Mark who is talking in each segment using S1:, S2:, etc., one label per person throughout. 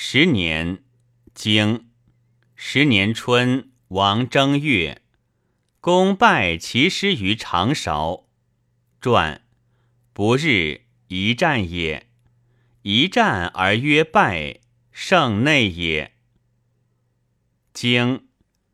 S1: 10年，经10年春，王正月，公拜其师于长勺。传：不日，一战也。一战而曰败，胜内也。经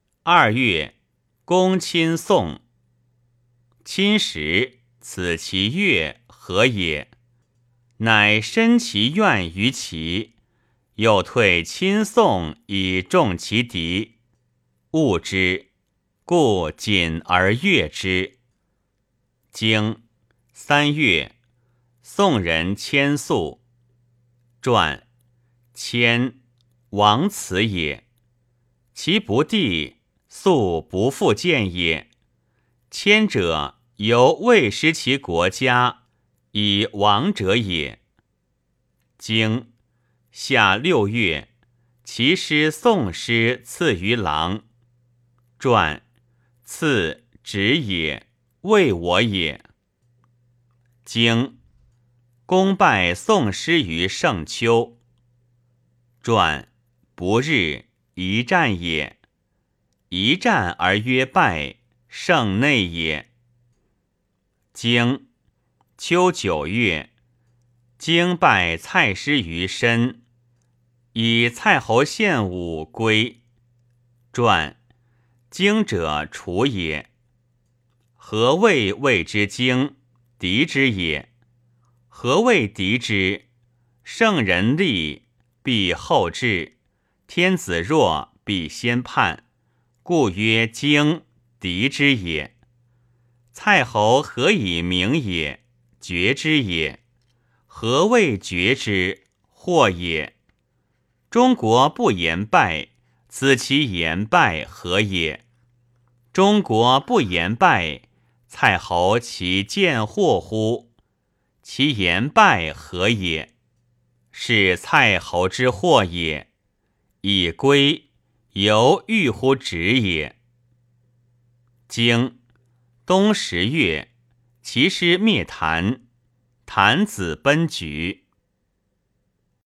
S1: 2月，公亲宋。亲时，此其乐何也？乃申其愿于齐，又退亲宋以重其敌，恶之，故谨而悦之。经3月，宋人迁宿。传：迁，王辞也。其不弟，素不复见也。迁者，犹未失其国家，以亡者也。经夏6月，其师宋师赐于郎。传：赐，止也，为我也。经公拜宋师于盛丘。传：不日，一战也。一战而曰败，胜内也。经秋9月，经拜蔡师于申，以蔡侯献武归。传：经者，楚也。何谓谓之经？敌之也。何谓敌之？圣人立，必后至；天子弱，必先叛。故曰经，敌之也。蔡侯何以明也？决之也。何谓决之？祸也。中国不言败，此其言败何也？中国不言败，蔡侯其见祸乎？其言败何也？是蔡侯之祸也。以归，犹豫乎止也。经冬10月，其师灭谭，谭子奔莒。